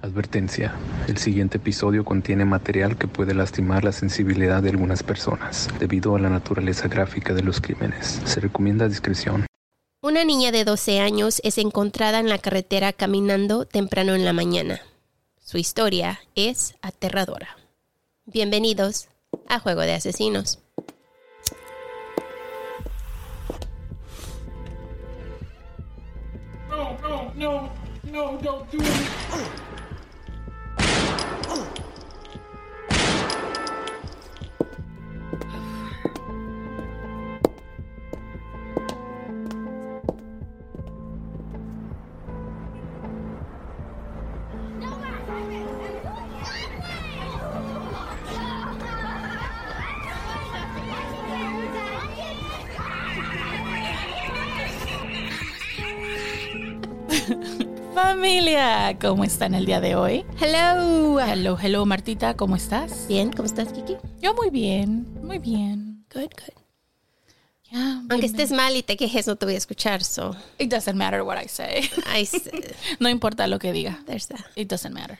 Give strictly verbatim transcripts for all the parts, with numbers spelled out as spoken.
Advertencia: el siguiente episodio contiene material que puede lastimar la sensibilidad de algunas personas debido a la naturaleza gráfica de los crímenes. Se recomienda discreción. Una niña de doce años es encontrada en la carretera caminando temprano en la mañana. Su historia es aterradora. Bienvenidos a Juego de Asesinos. No, no, no, no, don't do it. Familia, ¿cómo están el día de hoy? Hello. Hello, hello, Martita, ¿cómo estás? Bien, ¿cómo estás, Kiki? Yo muy bien, muy bien. Good, good. Yeah, Aunque estés mal y te quejes, no te voy a escuchar, so... It doesn't matter what I say. I s- No importa lo que diga. There's that. It doesn't matter.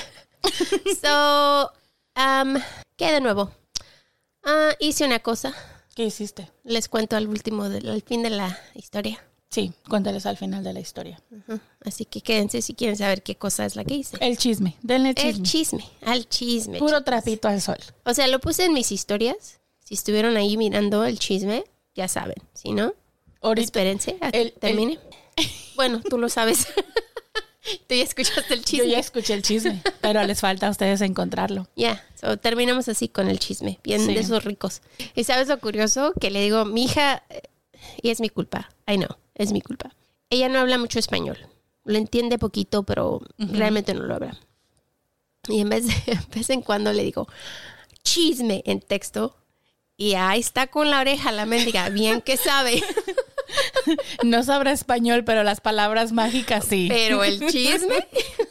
So, um, ¿qué de nuevo? Ah, hice una cosa. ¿Qué hiciste? Les cuento al último, del, al fin de la historia. Sí, cuéntales al final de la historia. Uh-huh. Así que quédense si quieren saber qué cosa es la que hice. El chisme, denle el chisme. El chisme, al chisme. Puro chicos. trapito al sol. O sea, lo puse en mis historias. Si estuvieron ahí mirando el chisme, ya saben. Si no, Ahorita, espérense a que el- termine. Bueno, tú lo sabes. Tú ya escuchaste el yo chisme. ya escuché el chisme, pero les falta a ustedes encontrarlo. Ya, so, terminamos así con el chisme, bien Sí. de esos ricos. Y sabes lo curioso, que le digo, mi hija, eh, y es mi culpa, I know, es mi culpa. Ella no habla mucho español, lo entiende poquito, pero Ujú. realmente no lo habla. Y en vez de, en vez en cuando le digo, chisme en texto, y ahí está con la oreja la mendiga, bien que sabe, No sabrá español, pero las palabras mágicas sí. pero el chisme...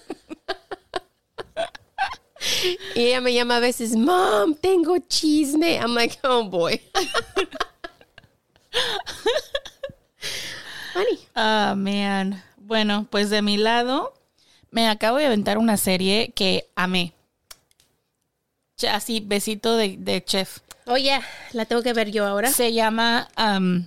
Y ella me llama a veces, Mom, tengo chisme. I'm like, oh boy. Funny. Ah, man. Bueno, pues de mi lado, me acabo de aventar una serie que amé. Ya, así, besito de, de chef. Oh, yeah, la tengo que ver yo ahora. Se llama um,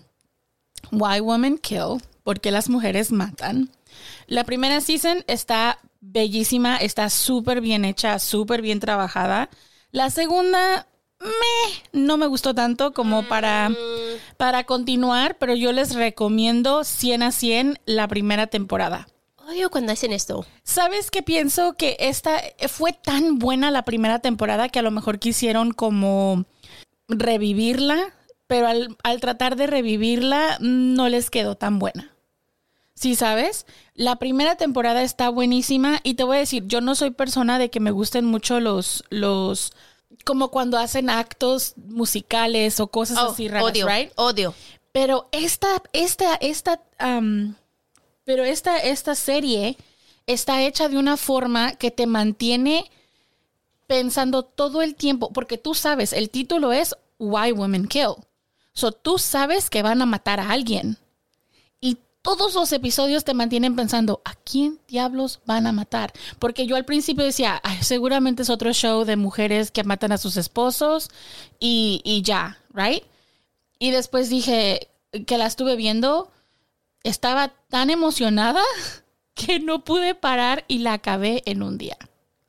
Why Women Kill, porque las mujeres matan. La primera season está bellísima, está súper bien hecha, súper bien trabajada. La segunda, meh, no me gustó tanto como para, para continuar, pero yo les recomiendo cien a cien la primera temporada. Odio cuando hacen esto. ¿Sabes qué pienso? Que esta fue tan buena la primera temporada que a lo mejor quisieron como revivirla, pero al, al tratar de revivirla no les quedó tan buena. Sí, ¿sabes? La primera temporada está buenísima y te voy a decir, yo no soy persona de que me gusten mucho los, los, como cuando hacen actos musicales o cosas Oh, así raras, odio, right? odio. Pero esta, esta, esta, um, pero esta, esta serie está hecha de una forma que te mantiene pensando todo el tiempo, porque tú sabes, el título es Why Women Kill. So tú sabes que van a matar a alguien. Y todos los episodios te mantienen pensando, ¿a quién diablos van a matar? Porque yo al principio decía, ay, seguramente es otro show de mujeres que matan a sus esposos y, y ya, right? Y después dije que la estuve viendo, estaba tan emocionada que no pude parar y la acabé en un día.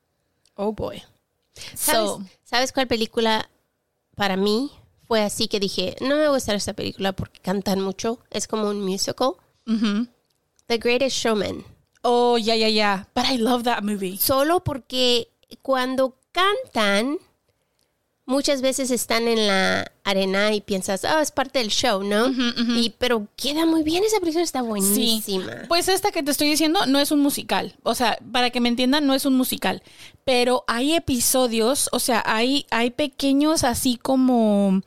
Oh, boy. ¿Sabes, So, ¿Sabes cuál película para mí fue así que dije, no me va a gustar esta película porque cantan mucho? Es como un musical. uh-huh. The Greatest Showman. Oh, yeah, yeah, yeah. But I love that movie. Solo porque cuando cantan, muchas veces están en la arena y piensas, oh, es parte del show, ¿no? Uh-huh, uh-huh. Y, pero queda muy bien, esa película está buenísima. Sí. Pues esta que te estoy diciendo no es un musical. O sea, para que me entiendan, no es un musical. Pero hay episodios, o sea, hay, hay pequeños así como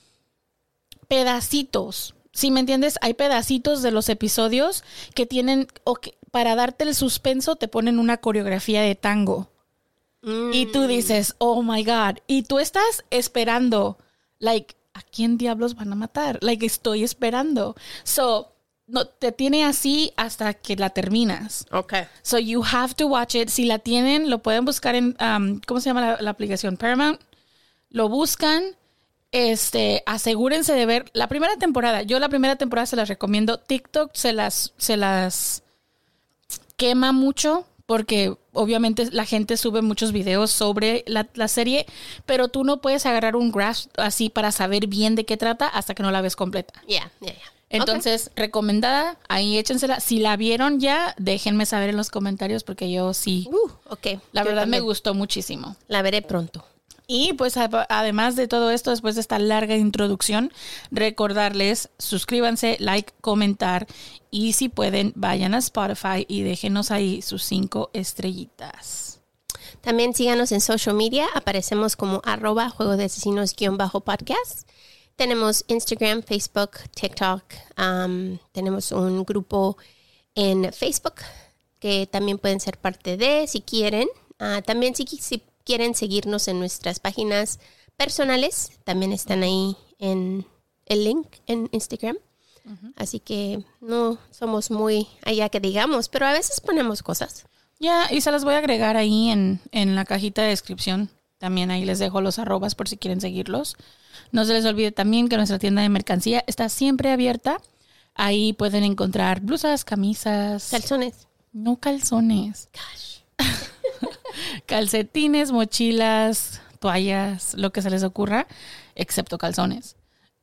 pedacitos. ¿Sí me entiendes? Hay pedacitos de los episodios que tienen, o que para darte el suspenso te ponen una coreografía de tango. Mm. Y tú dices, oh my God. Y tú estás esperando, like, ¿a quién diablos van a matar? Like, estoy esperando. So, no, te tiene así hasta que la terminas. Okay. So you have to watch it. Si la tienen, lo pueden buscar en, um, ¿cómo se llama la, la aplicación? Paramount. Lo buscan. Este, asegúrense de ver la primera temporada. Yo la primera temporada se las recomiendo. TikTok se las, se las quema mucho porque obviamente la gente sube muchos videos sobre la, la serie, pero tú no puedes agarrar un graph así para saber bien de qué trata hasta que no la ves completa. Yeah, yeah, yeah. Entonces, okay. Recomendada, ahí échensela. Si la vieron ya, déjenme saber en los comentarios porque yo sí. Uh, ok. La yo verdad también. me gustó muchísimo. La veré pronto. Y pues a- además de todo esto, después de esta larga introducción, recordarles, suscríbanse, like, comentar y si pueden, vayan a Spotify y déjenos ahí sus cinco estrellitas. También síganos en social media. Aparecemos como arroba juego de asesinos guión bajo podcast. Tenemos Instagram, Facebook, TikTok. Um, tenemos un grupo en Facebook que también pueden ser parte de si quieren. Uh, también si, si quieren seguirnos en nuestras páginas personales, también están ahí en el link en Instagram. Uh-huh. Así que no somos muy allá que digamos, pero a veces ponemos cosas. Ya, y se las voy a agregar ahí en, en la cajita de descripción. También ahí les dejo los arrobas por si quieren seguirlos. No se les olvide también que nuestra tienda de mercancía está siempre abierta. Ahí pueden encontrar blusas, camisas. Calzones. No calzones. Gosh. Calcetines, mochilas, toallas, lo que se les ocurra, excepto calzones.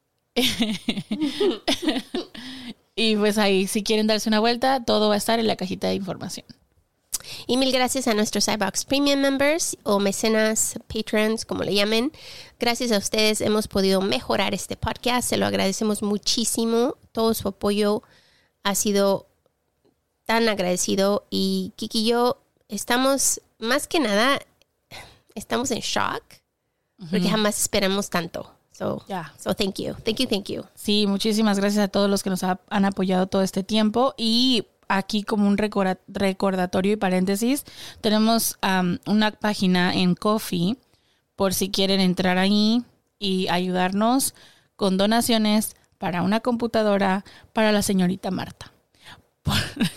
Y pues ahí, si quieren darse una vuelta, todo va a estar en la cajita de información. Y mil gracias a nuestros iBox Premium Members o mecenas, patrons, como le llamen. Gracias a ustedes hemos podido mejorar este podcast. Se lo agradecemos muchísimo. Todo su apoyo ha sido tan agradecido. Y Kiki y yo estamos, más que nada, estamos en shock. Uh-huh. Porque jamás esperamos tanto. So, yeah. so thank you. Thank you, thank you. Sí, muchísimas gracias a todos los que nos ha, han apoyado todo este tiempo. Y aquí como un recorda- recordatorio y paréntesis, tenemos um, una página en Ko-fi por si quieren entrar ahí y ayudarnos con donaciones para una computadora para la señorita Marta. Por,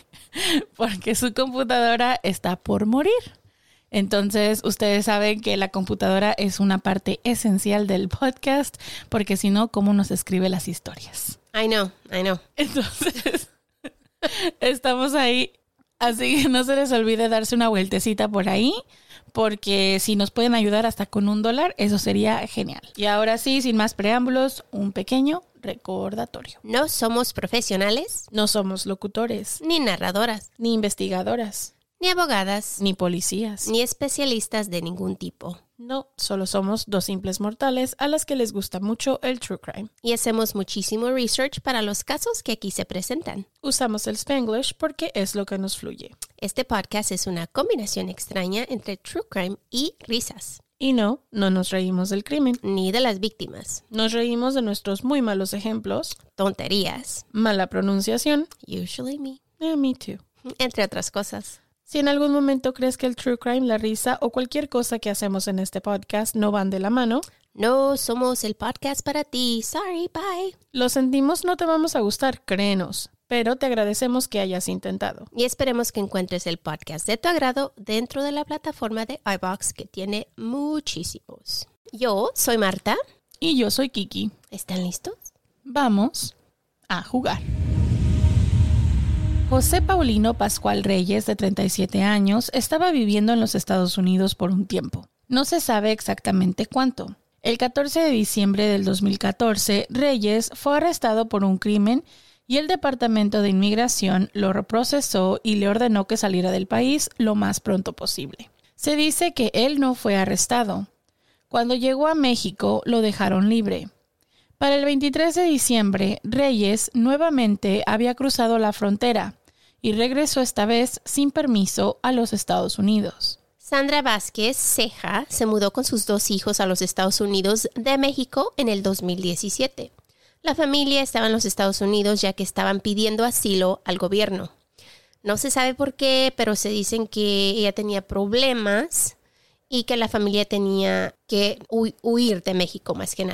porque su computadora está por morir. Entonces, ustedes saben que la computadora es una parte esencial del podcast, porque si no, ¿cómo nos escribe las historias? I know, I know. Entonces, estamos ahí. Así que no se les olvide darse una vueltecita por ahí, porque si nos pueden ayudar hasta con un dólar, eso sería genial. Y ahora sí, sin más preámbulos, un pequeño recordatorio. No somos profesionales, No somos locutores, ni narradoras, ni investigadoras, ni abogadas, ni policías. ni especialistas de ningún tipo. No, solo somos dos simples mortales a las que les gusta mucho el true crime. Y hacemos muchísimo research para los casos que aquí se presentan. Usamos el Spanglish porque es lo que nos fluye. Este podcast es una combinación extraña entre true crime y risas, Y no, no nos reímos del crimen. ni de las víctimas, Nos reímos de nuestros muy malos ejemplos, tonterías, mala pronunciación, usually me, eh, me too. entre otras cosas. Si en algún momento crees que el true crime, la risa o cualquier cosa que hacemos en este podcast no van de la mano, No somos el podcast para ti. Sorry, bye. lo sentimos, no te vamos a gustar, créenos, pero te agradecemos que hayas intentado. Y esperemos que encuentres el podcast de tu agrado dentro de la plataforma de iBox, que tiene muchísimos. Yo soy Marta. Y yo soy Kiki. ¿Están listos? Vamos a jugar. José Paulino Pascual Reyes, de treinta y siete años, estaba viviendo en los Estados Unidos por un tiempo. No se sabe exactamente cuánto. El catorce de diciembre del dos mil catorce, Reyes fue arrestado por un crimen y el Departamento de Inmigración lo reprocesó y le ordenó que saliera del país lo más pronto posible. Se dice que él no fue arrestado. Cuando llegó a México, lo dejaron libre. Para el veintitrés de diciembre, Reyes nuevamente había cruzado la frontera y regresó esta vez sin permiso a los Estados Unidos. Sandra Vázquez Ceja se mudó con sus dos hijos a los Estados Unidos de México en el dos mil diecisiete. La familia estaba en los Estados Unidos ya que estaban pidiendo asilo al gobierno. No se sabe por qué, pero se dicen que ella tenía problemas y que la familia tenía que hu- huir de México más que nada.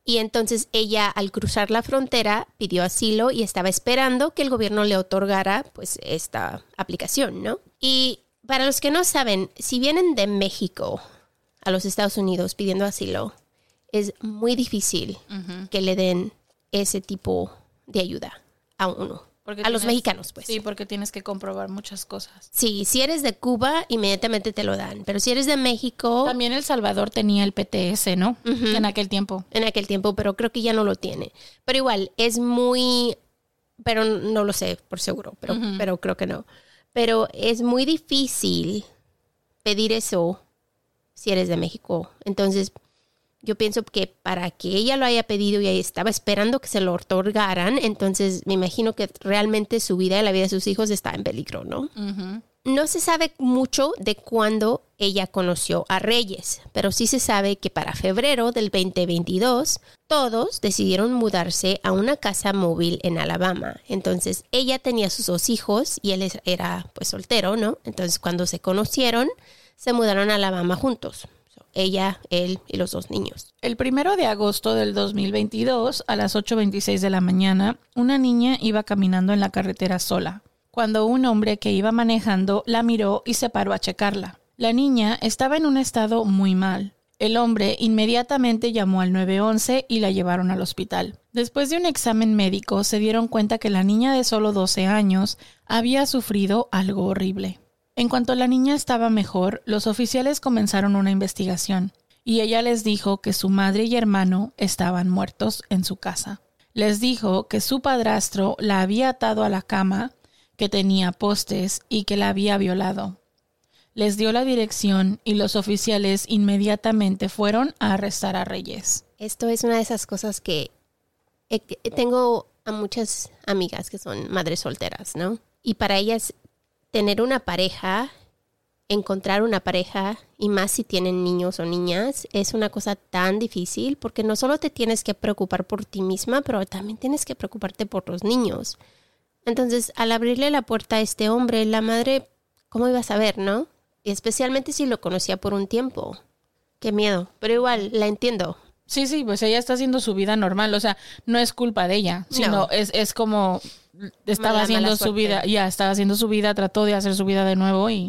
Y entonces ella, al cruzar la frontera, pidió asilo y estaba esperando que el gobierno le otorgara pues esta aplicación, ¿no? Y para los que no saben, si vienen de México a los Estados Unidos pidiendo asilo, es muy difícil uh-huh. que le den ese tipo de ayuda a uno. Porque a tienes, los mexicanos, pues. Sí, porque tienes que comprobar muchas cosas. Sí, si eres de Cuba, inmediatamente te lo dan. Pero si eres de México... También El Salvador tenía el P T S, ¿no? Uh-huh. En aquel tiempo. En aquel tiempo, pero creo que ya no lo tiene. Pero igual, es muy... Pero no lo sé por seguro, pero, uh-huh. pero creo que no. Pero es muy difícil pedir eso si eres de México. Entonces... Yo pienso que para que ella lo haya pedido y estaba esperando que se lo otorgaran, entonces me imagino que realmente su vida y la vida de sus hijos está en peligro, ¿no? Uh-huh. No se sabe mucho de cuándo ella conoció a Reyes, pero sí se sabe que para febrero del veinte veintidós todos decidieron mudarse a una casa móvil en Alabama. Entonces ella tenía sus dos hijos y él era pues soltero, ¿no? Entonces cuando se conocieron, se mudaron a Alabama juntos. Ella, él y los dos niños. El primero de agosto del dos mil veintidós, a las ocho veintiséis de la mañana, una niña iba caminando en la carretera sola, cuando un hombre que iba manejando la miró y se paró a checarla. La niña estaba en un estado muy mal. El hombre inmediatamente llamó al nueve once y la llevaron al hospital. Después de un examen médico, se dieron cuenta que la niña de solo doce años había sufrido algo horrible. En cuanto la niña estaba mejor, los oficiales comenzaron una investigación y ella les dijo que su madre y hermano estaban muertos en su casa. Les dijo que su padrastro la había atado a la cama, que tenía postes y que la había violado. Les dio la dirección y los oficiales inmediatamente fueron a arrestar a Reyes. Esto es una de esas cosas que eh, tengo a muchas amigas que son madres solteras, ¿no? Y para ellas tener una pareja, encontrar una pareja, y más si tienen niños o niñas, es una cosa tan difícil porque no solo te tienes que preocupar por ti misma, pero también tienes que preocuparte por los niños. Entonces, al abrirle la puerta a este hombre, la madre, ¿cómo iba a saber, no? Y especialmente si lo conocía por un tiempo. Qué miedo, pero igual, la entiendo. Sí, sí, pues ella está haciendo su vida normal, o sea, no es culpa de ella, sino no. es, es como... Estaba mala, haciendo mala su vida, ya estaba haciendo su vida, trató de hacer su vida de nuevo y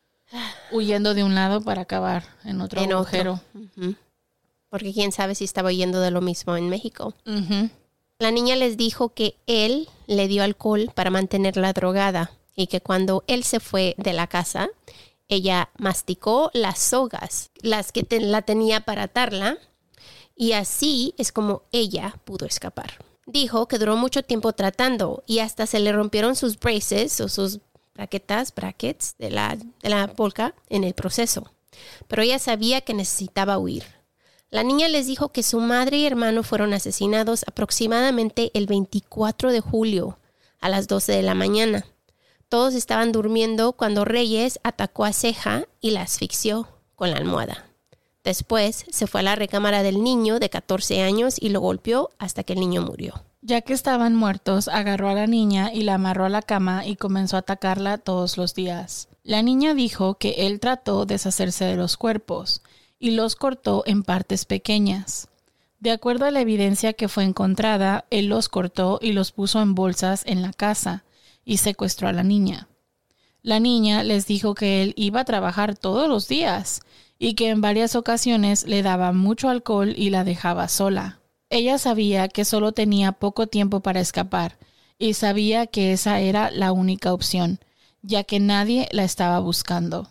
huyendo de un lado para acabar en otro en agujero. Otro. Uh-huh. Porque quién sabe si estaba huyendo de lo mismo en México. Uh-huh. La niña les dijo que él le dio alcohol para mantenerla drogada y que cuando él se fue de la casa, ella masticó las sogas, las que te, la tenía para atarla, y así es como ella pudo escapar. Dijo que duró mucho tiempo tratando y hasta se le rompieron sus braces o sus braquetas, brackets de la, de la polka en el proceso. Pero ella sabía que necesitaba huir. La niña les dijo que su madre y hermano fueron asesinados aproximadamente el veinticuatro de julio a las doce de la mañana. Todos estaban durmiendo cuando Reyes atacó a Ceja y la asfixió con la almohada. Después se fue a la recámara del niño de catorce años y lo golpeó hasta que el niño murió. Ya que estaban muertos, agarró a la niña y la amarró a la cama y comenzó a atacarla todos los días. La niña dijo que él trató de deshacerse de los cuerpos y los cortó en partes pequeñas. De acuerdo a la evidencia que fue encontrada, él los cortó y los puso en bolsas en la casa y secuestró a la niña. La niña les dijo que él iba a trabajar todos los días y que en varias ocasiones le daba mucho alcohol y la dejaba sola. Ella sabía que solo tenía poco tiempo para escapar y sabía que esa era la única opción, ya que nadie la estaba buscando.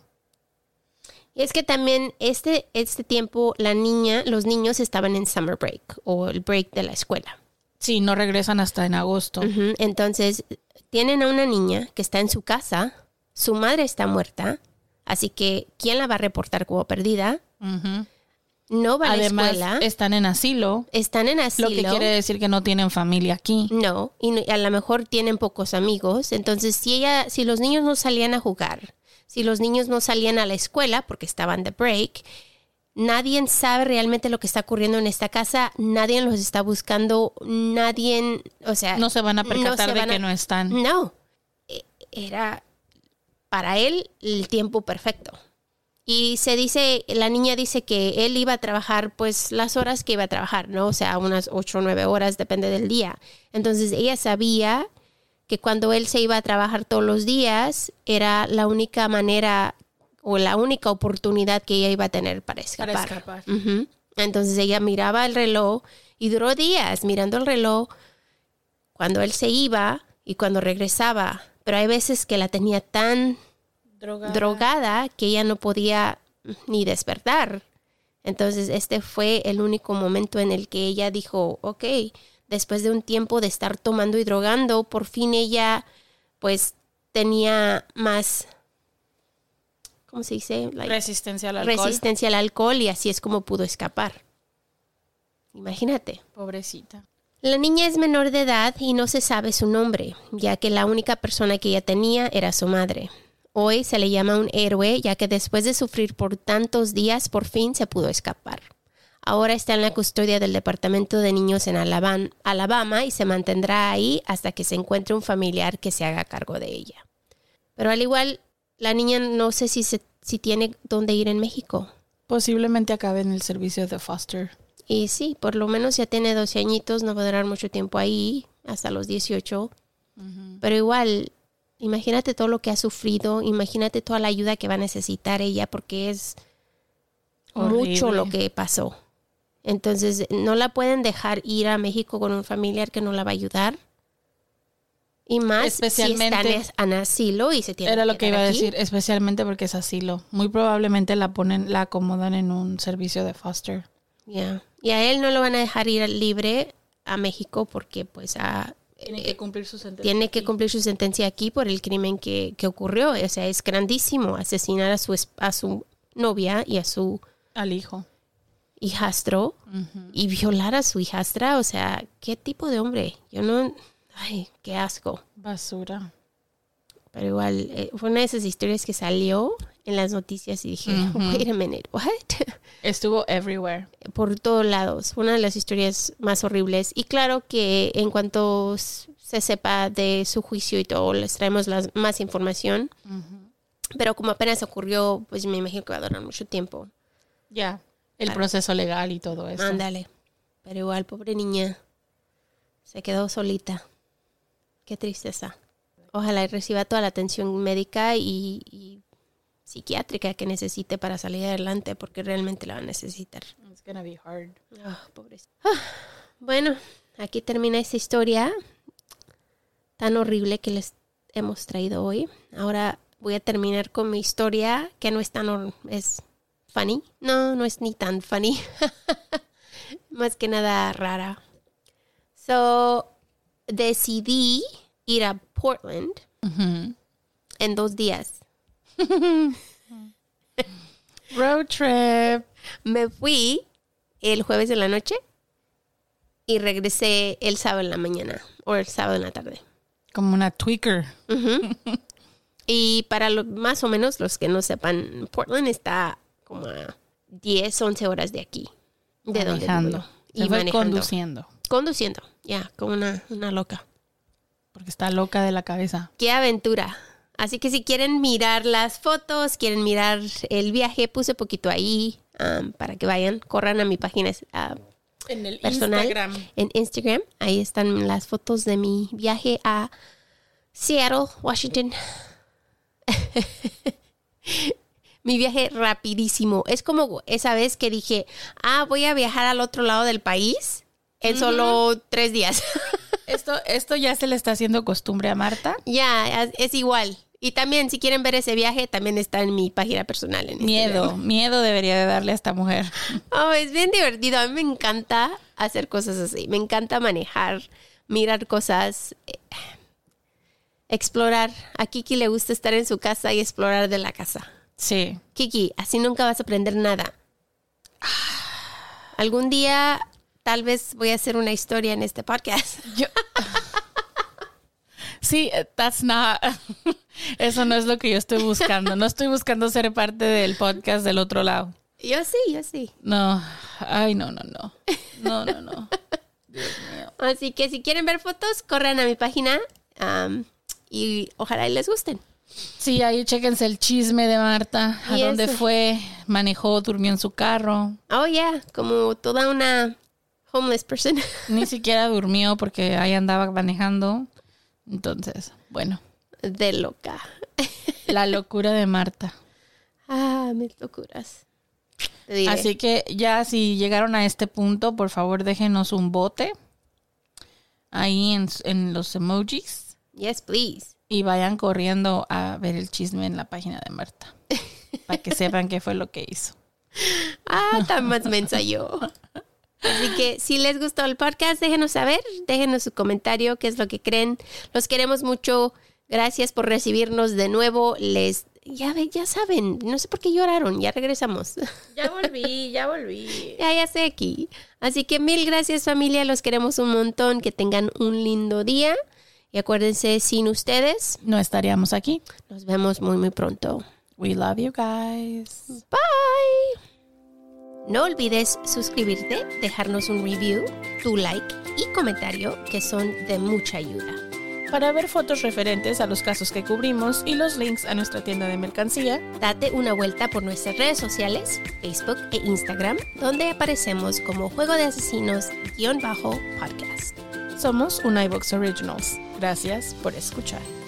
Y es que también este, este tiempo la niña, los niños estaban en summer break o el break de la escuela. Sí, no regresan hasta en agosto. Uh-huh. Entonces tienen a una niña que está en su casa, su madre está muerta, así que ¿quién la va a reportar como perdida? Uh-huh. No van Además, a la escuela. están en asilo. Están en asilo. Lo que quiere decir que no tienen familia aquí. No, y no, a lo mejor tienen pocos amigos. Entonces, si ella, si los niños no salían a jugar, si los niños no salían a la escuela porque estaban de break, nadie sabe realmente lo que está ocurriendo en esta casa. Nadie los está buscando. Nadie, o sea... No se van a percatar no de a, que no están. No. Era para él el tiempo perfecto. Y se dice, la niña dice que él iba a trabajar pues las horas que iba a trabajar, ¿no? O sea, unas ocho o nueve horas, depende del día. Entonces ella sabía que cuando él se iba a trabajar todos los días, era la única manera o la única oportunidad que ella iba a tener para escapar. Para escapar. Uh-huh. Entonces ella miraba el reloj y duró días mirando el reloj cuando él se iba y cuando regresaba. Pero hay veces que la tenía tan drogada, drogada que ella no podía ni despertar. Entonces este fue el único momento en el que ella dijo, ok, después de un tiempo de estar tomando y drogando, por fin ella pues tenía más, ¿cómo se dice? Like, resistencia al alcohol. Resistencia al alcohol y así es como pudo escapar. Imagínate. Pobrecita. La niña es menor de edad y no se sabe su nombre, ya que la única persona que ella tenía era su madre. Hoy se le llama un héroe, ya que después de sufrir por tantos días, por fin se pudo escapar. Ahora está en la custodia del Departamento de Niños en Alabama y se mantendrá ahí hasta que se encuentre un familiar que se haga cargo de ella. Pero al igual, la niña no sé si, se, si tiene dónde ir en México. Posiblemente acabe en el servicio de foster. Y sí, por lo menos ya tiene doce añitos, no va a durar mucho tiempo ahí, hasta los dieciocho. Uh-huh. Pero igual, imagínate todo lo que ha sufrido, imagínate toda la ayuda que va a necesitar ella, porque es horrible. Mucho lo que pasó. Entonces, no la pueden dejar ir a México con un familiar que no la va a ayudar. Y más especialmente, si están en asilo y se tiene era que lo que iba aquí. a decir, especialmente porque es asilo. Muy probablemente la ponen, la acomodan en un servicio de foster. Ya. Yeah. Y a él no lo van a dejar ir libre a México porque pues a, tiene que cumplir su sentencia. Tiene que aquí. cumplir su sentencia aquí por el crimen que, que ocurrió. O sea, es grandísimo asesinar a su a su novia y a su al hijo. hijastro uh-huh. y violar a su hijastra. O sea, ¿qué tipo de hombre? Yo no... Ay, qué asco. Basura. Pero igual, eh, fue una de esas historias que salió en las noticias y dije, uh-huh. wait a minute, what? Estuvo everywhere. Por todos lados. Una de las historias más horribles. Y claro que en cuanto se sepa de su juicio y todo, les traemos las, más información. Uh-huh. Pero como apenas ocurrió, pues me imagino que va a durar mucho tiempo. Ya, yeah. el claro. proceso legal y todo eso. Ándale. Pero igual, pobre niña, se quedó solita. Qué tristeza. Ojalá reciba toda la atención médica y, y psiquiátrica que necesite para salir adelante, porque realmente la va a necesitar. It's gonna be hard. Oh, pobrecita. Ah, bueno, aquí termina esta historia tan horrible que les hemos traído hoy. Ahora voy a terminar con mi historia, que no es tan... es funny. No, no es ni tan funny. Más que nada rara. So, decidí ir a Portland uh-huh. en dos días. Road trip. Me fui el jueves en la noche y regresé el sábado en la mañana o el sábado en la tarde. Como una tweaker. Uh-huh. Y para lo, más o menos los que no sepan, Portland está como a diez, once horas de aquí. De manejando. donde vivo. Y manejando. Conduciendo. Conduciendo, ya, yeah, como una, una loca. Porque está loca de la cabeza. ¡Qué aventura! Así que si quieren mirar las fotos, quieren mirar el viaje, puse poquito ahí um, para que vayan, corran a mi página uh, en el personal. Instagram. En Instagram. Ahí están las fotos de mi viaje a Seattle, Washington. Mi viaje rapidísimo. Es como esa vez que dije, ah, voy a viajar al otro lado del país en uh-huh. solo tres días. Esto, esto ya se le está haciendo costumbre a Marta. Ya, es, es igual. Y también, si quieren ver ese viaje, también está en mi página personal. En miedo, Instagram. miedo debería de darle a esta mujer. Oh, es bien divertido. A mí me encanta hacer cosas así. Me encanta manejar, mirar cosas, eh, explorar. A Kiki le gusta estar en su casa y explorar de la casa. Sí. Kiki, así nunca vas a aprender nada. Algún día... Tal vez voy a hacer una historia en este podcast. Yo... Sí, that's not... Eso no es lo que yo estoy buscando. No estoy buscando ser parte del podcast del otro lado. Yo sí, yo sí. No. Ay, no, no, no. No, no, no. Dios mío. Así que si quieren ver fotos, corran a mi página um, y ojalá les gusten. Sí, ahí chéquense el chisme de Marta. A Y dónde eso. fue, manejó, durmió en su carro. Oh, yeah, como toda una homeless person. Ni siquiera durmió porque ahí andaba manejando. Entonces, bueno, De loca. la locura de Marta. Ah, mis locuras. Te diré. Así que ya si llegaron a este punto, por favor déjenos un bote ahí en, en los emojis Yes, please. y vayan corriendo a ver el chisme en la página de Marta para que sepan qué fue lo que hizo. Ah, tan más mensa yo. Así que si les gustó el podcast, déjenos saber, déjenos su comentario, qué es lo que creen. Los queremos mucho. Gracias por recibirnos de nuevo. Les ya ve, ya saben, no sé por qué lloraron, ya regresamos. Ya volví, ya volví. Ya ya sé aquí. Así que mil gracias, familia, los queremos un montón, que tengan un lindo día y acuérdense, sin ustedes No estaríamos aquí. nos vemos muy muy pronto. We love you guys. Bye. No olvides suscribirte, dejarnos un review, tu like y comentario que son de mucha ayuda. Para ver fotos referentes a los casos que cubrimos y los links a nuestra tienda de mercancía, Date una vuelta por nuestras redes sociales, Facebook e Instagram, donde aparecemos como Juego de Asesinos-podcast. somos un iVox Originals. Gracias por escuchar.